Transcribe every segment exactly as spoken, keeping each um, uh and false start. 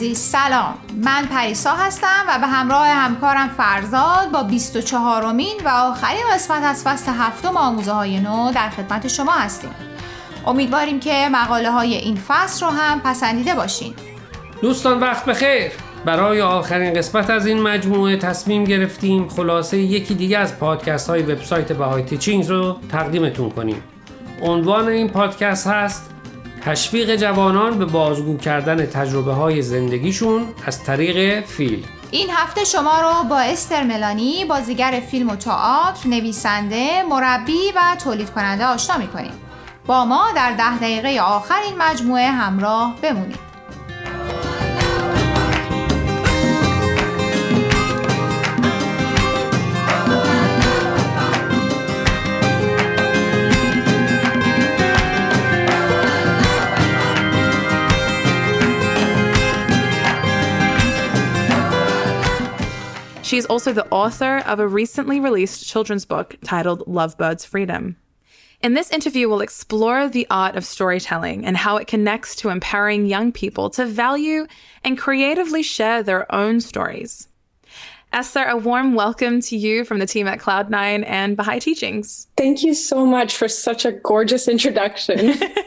عزیز سلام، من پریسا هستم و به همراه همکارم فرزاد با بیست و چهارمین و آخرین قسمت از فصل هفتم آموزه های نو در خدمت شما هستیم. امیدواریم که مقاله های این فصل رو هم پسندیده باشین. دوستان وقت بخیر. برای آخرین قسمت از این مجموعه تصمیم گرفتیم خلاصه یکی دیگه از پادکست های وبسایت بهای تیچینگز رو تقدیمتون کنیم. عنوان این پادکست هست تشویق جوانان به بازگو کردن تجربه های زندگیشون از طریق فیلم. این هفته شما رو با استر ملانی، بازیگر فیلم و تئاتر، نویسنده، مربی و تولید کننده آشنا می‌کنیم. با ما در ده دقیقه آخر این مجموعه همراه بمونید. She is also the author of a recently released children's book titled Lovebird's Freedom. In this interview, we'll explore the art of storytelling and how it connects to empowering young people to value and creatively share their own stories. Esther, a warm welcome to you from the team at Cloud nine and Baha'i Teachings. Thank you so much for such a gorgeous introduction.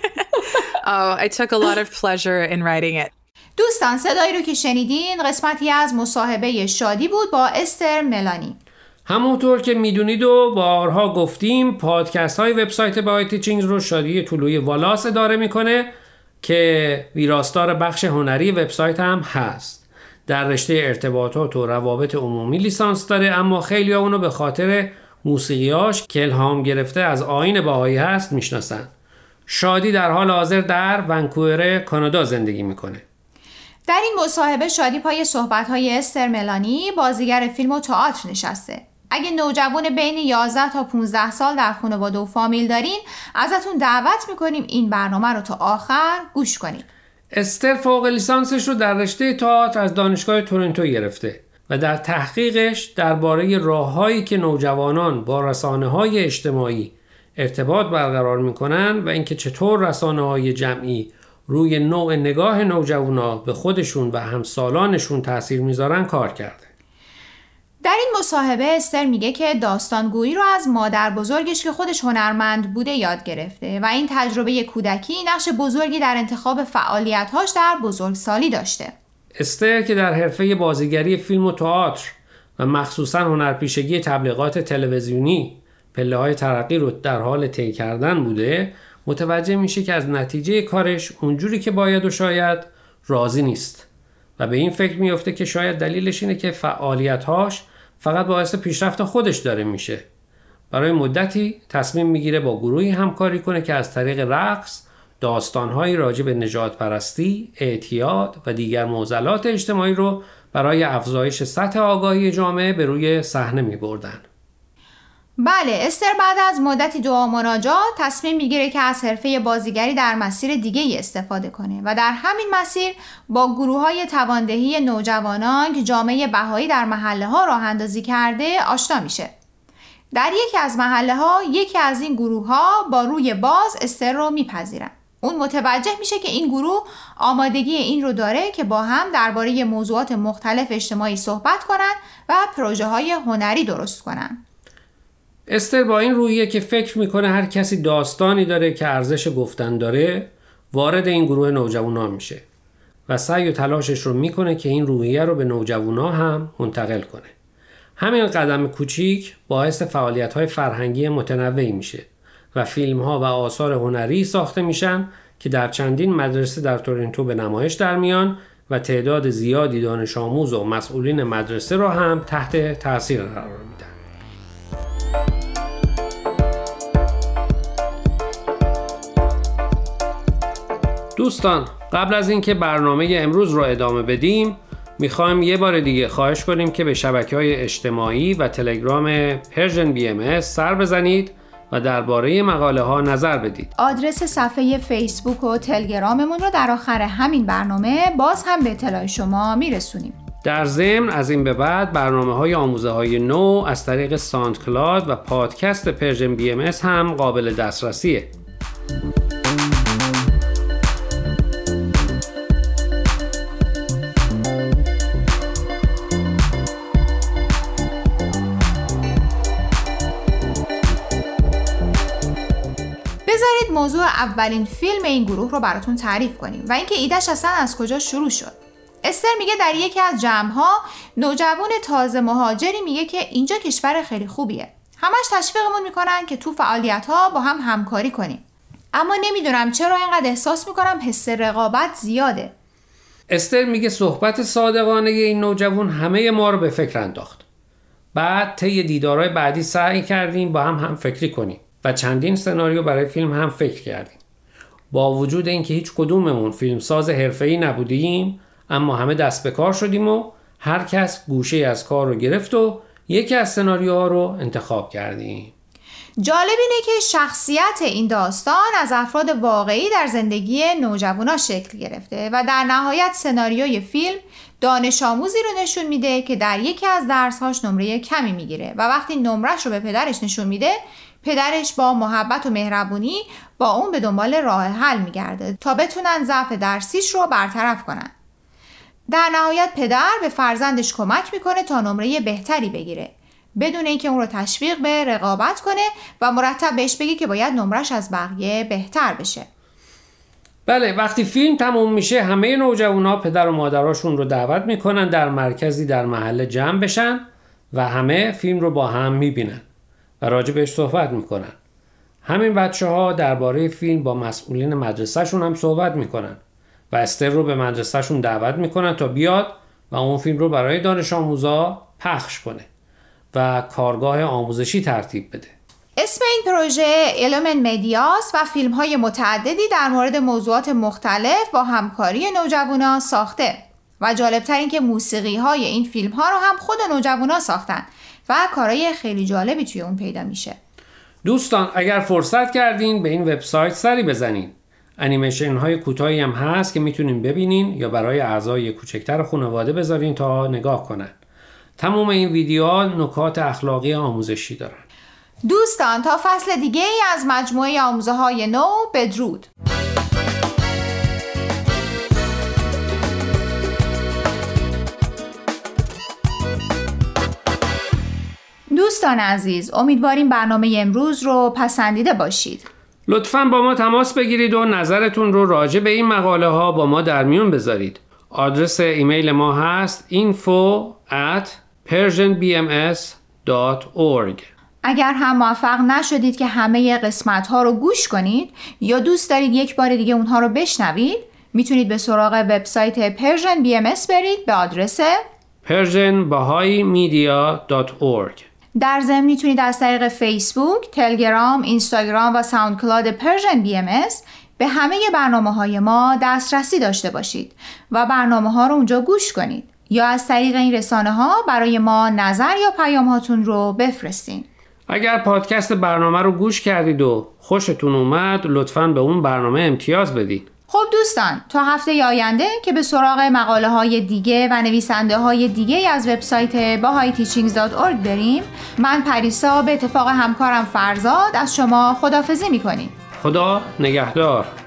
Oh, I took a lot of pleasure in writing it. دوستان صدایی رو که شنیدین قسمتی از مصاحبه شادی بود با استر ملانی. همونطور که میدونید و بارها گفتیم پادکست های وبسایت بهای تیچینگز رو شادی طلویی والاس اداره میکنه که ویراستار بخش هنری وبسایت هم هست. در رشته ارتباطات و روابط عمومی لیسانس داره، اما خیلی ها اونو به خاطر موسیقیاش که الهام گرفته از آیین بهایی هست میشناسن. شادی در حال حاضر در ونکوور کانادا زندگی میکنه. در این مصاحبه شادی پای صحبت‌های استر ملانی، بازیگر فیلم و تئاتر نشسته. اگه نوجوان بین یازده تا پانزده سال در خانواده و فامیل دارین، ازتون دعوت میکنیم این برنامه رو تا آخر گوش کنید. استر فوق لیسانسش رو در رشته تئاتر از دانشگاه تورنتو گرفته و در تحقیقش درباره راه‌هایی که نوجوانان با رسانه‌های اجتماعی ارتباط برقرار میکنن و اینکه چطور رسانه‌های جمعی روی نوع نگاه نوجوانا به خودشون و همسالانشون تأثیر میذارن کار کرده. در این مصاحبه استر میگه که داستانگویی رو از مادر بزرگش که خودش هنرمند بوده یاد گرفته و این تجربه کودکی نقش بزرگی در انتخاب فعالیت‌هاش در بزرگسالی داشته. استر که در حرفه بازیگری فیلم و تئاتر و مخصوصاً هنرپیشگی تبلیغات تلویزیونی پله‌های ترقی رو در حال طی کردن بوده، متوجه میشه که از نتیجه کارش اونجوری که باید و شاید راضی نیست و به این فکر میفته که شاید دلیلش اینه که فعالیت‌هاش فقط باعث پیشرفت خودش داره میشه. برای مدتی تصمیم میگیره با گروهی همکاری کنه که از طریق رقص داستان‌هایی راجع به نجات پرستی، اعتیاد و دیگر معضلات اجتماعی رو برای افزایش سطح آگاهی جامعه به روی صحنه میبردن. بله، استر بعد از مدتی دعا مناجات تصمیم میگیره که از حرفه بازیگری در مسیر دیگه ای استفاده کنه و در همین مسیر با گروه‌های تواندهی نوجوانان که جامعه بهایی در محله‌ها راه اندازی کرده آشنا میشه. در یکی از محله‌ها یکی از این گروه‌ها با روی باز استر رو میپذیرن. اون متوجه میشه که این گروه آمادگی این رو داره که با هم درباره موضوعات مختلف اجتماعی صحبت کنن و پروژه‌های هنری درست کنن. استر با این روحیه که فکر میکنه هر کسی داستانی داره که ارزش گفتن داره وارد این گروه نوجوانا میشه و سعی و تلاشش رو میکنه که این روحیه رو به نوجوانا هم منتقل کنه. همین قدم کوچیک باعث فعالیت‌های فرهنگی متنوعی میشه و فیلم‌ها و آثار هنری ساخته میشن که در چندین مدرسه در تورنتو به نمایش در میان و تعداد زیادی دانش آموز و مسئولین مدرسه رو هم تحت تاثیر قرار میدن. دوستان، قبل از اینکه برنامه امروز رو ادامه بدیم میخوایم یه بار دیگه خواهش کنیم که به شبکه‌های اجتماعی و تلگرام پرژن بی ام اس سر بزنید و درباره مقاله ها نظر بدید. آدرس صفحه فیسبوک و تلگراممون رو در آخر همین برنامه باز هم به اطلاع شما میرسونیم. در ضمن از این به بعد برنامه‌های آموزه های نو از طریق ساوند کلاود و پادکست پرژن بی ام اس هم قابل دسترسیه. موضوع اولین فیلم این گروه رو براتون تعریف کنیم و اینکه ایدهش اصلا از کجا شروع شد. استر میگه در یکی از جمع‌ها نوجوان تازه مهاجری میگه که اینجا کشور خیلی خوبیه. همش تشویقمون میکنن که تو فعالیت‌ها با هم همکاری کنیم. اما نمیدونم چرا اینقدر احساس میکنم حس رقابت زیاده. استر میگه صحبت صادقانه این نوجوان همه ما رو به فکر انداخت. بعد طی دیدارهای بعدی سعی کردیم با هم هم فکری کنیم و چندین سناریو برای فیلم هم فکر کردیم. با وجود اینکه هیچ کدوممون فیلمساز حرفه‌ای نبودیم، اما همه دست به کار شدیم و هر کس گوشه از کار رو گرفت و یکی از سناریوها رو انتخاب کردیم. جالب اینه که شخصیت این داستان از افراد واقعی در زندگی نوجوانا شکل گرفته و در نهایت سناریوی فیلم دانش آموزی رو نشون میده که در یکی از درس‌هاش نمره کمی میگیره و وقتی نمرش رو به پدرش نشون میده، پدرش با محبت و مهربونی با اون به دنبال راه حل میگرده تا بتونن ضعف درسیش رو برطرف کنن. در نهایت پدر به فرزندش کمک میکنه تا نمره بهتری بگیره، بدون اینکه اون رو تشویق به رقابت کنه و مرتب بهش بگه که باید نمرش از بقیه بهتر بشه. بله، وقتی فیلم تموم میشه همه نوجوانا پدر و مادراشون رو دعوت میکنن در مرکزی در محله جمع بشن و همه فیلم رو با هم میبینن و راجع بهش صحبت میکنن. همین بچه ها درباره فیلم با مسئولین مدرسهشون هم صحبت میکنن و استر رو به مدرسهشون دعوت میکنن تا بیاد و اون فیلم رو برای دانش آموزا پخش کنه و کارگاه آموزشی ترتیب بده. اسم این پروژه ایلومن مدیاس و فیلم‌های متعددی در مورد موضوعات مختلف با همکاری نوجوانا ساخته و جالبتر این که موسیقی‌های این فیلم‌ها رو هم خود نوجوانا ساختن و کارهای خیلی جالبی توی اون پیدا میشه. دوستان اگر فرصت کردین به این وبسایت سری بزنین. انیمیشن‌های کوتاهی هم هست که میتونین ببینین یا برای اعضای کوچکتر خانواده بذارین تا نگاه کنن. تمام این ویدیوها نکات اخلاقی آموزشی دارن. دوستان تا فصل دیگه ای از مجموعه آموزه های نو بدرود. دوستان عزیز، امیدواریم برنامه امروز رو پسندیده باشید. لطفاً با ما تماس بگیرید و نظرتون رو راجع به این مقاله ها با ما در میون بذارید. آدرس ایمیل ما هست info at persian b m s dot org. اگر هم موفق نشدید که همه قسمت ها رو گوش کنید یا دوست دارید یک بار دیگه اونها رو بشنوید، میتونید به سراغ وبسایت Persian بی ام اس برید به آدرس persian bahai media dot org. در ضمن میتونید از طریق فیسبوک، تلگرام، اینستاگرام و ساوند کلاد Persian بی ام اس به همه برنامه های ما دسترسی داشته باشید و برنامه ها رو اونجا گوش کنید یا از طریق این رسانه ها برای ما نظر یا پیام هاتون رو بفرستین. اگر پادکست برنامه رو گوش کردید و خوشتون اومد، لطفاً به اون برنامه امتیاز بدید. خب دوستان، تا هفته آینده که به سراغ مقاله های دیگه و نویسنده های دیگه از وبسایت bahai teachings dot org بریم، من پریسا به اتفاق همکارم فرزاد از شما خداحافظی میکنیم. خدا نگهدار.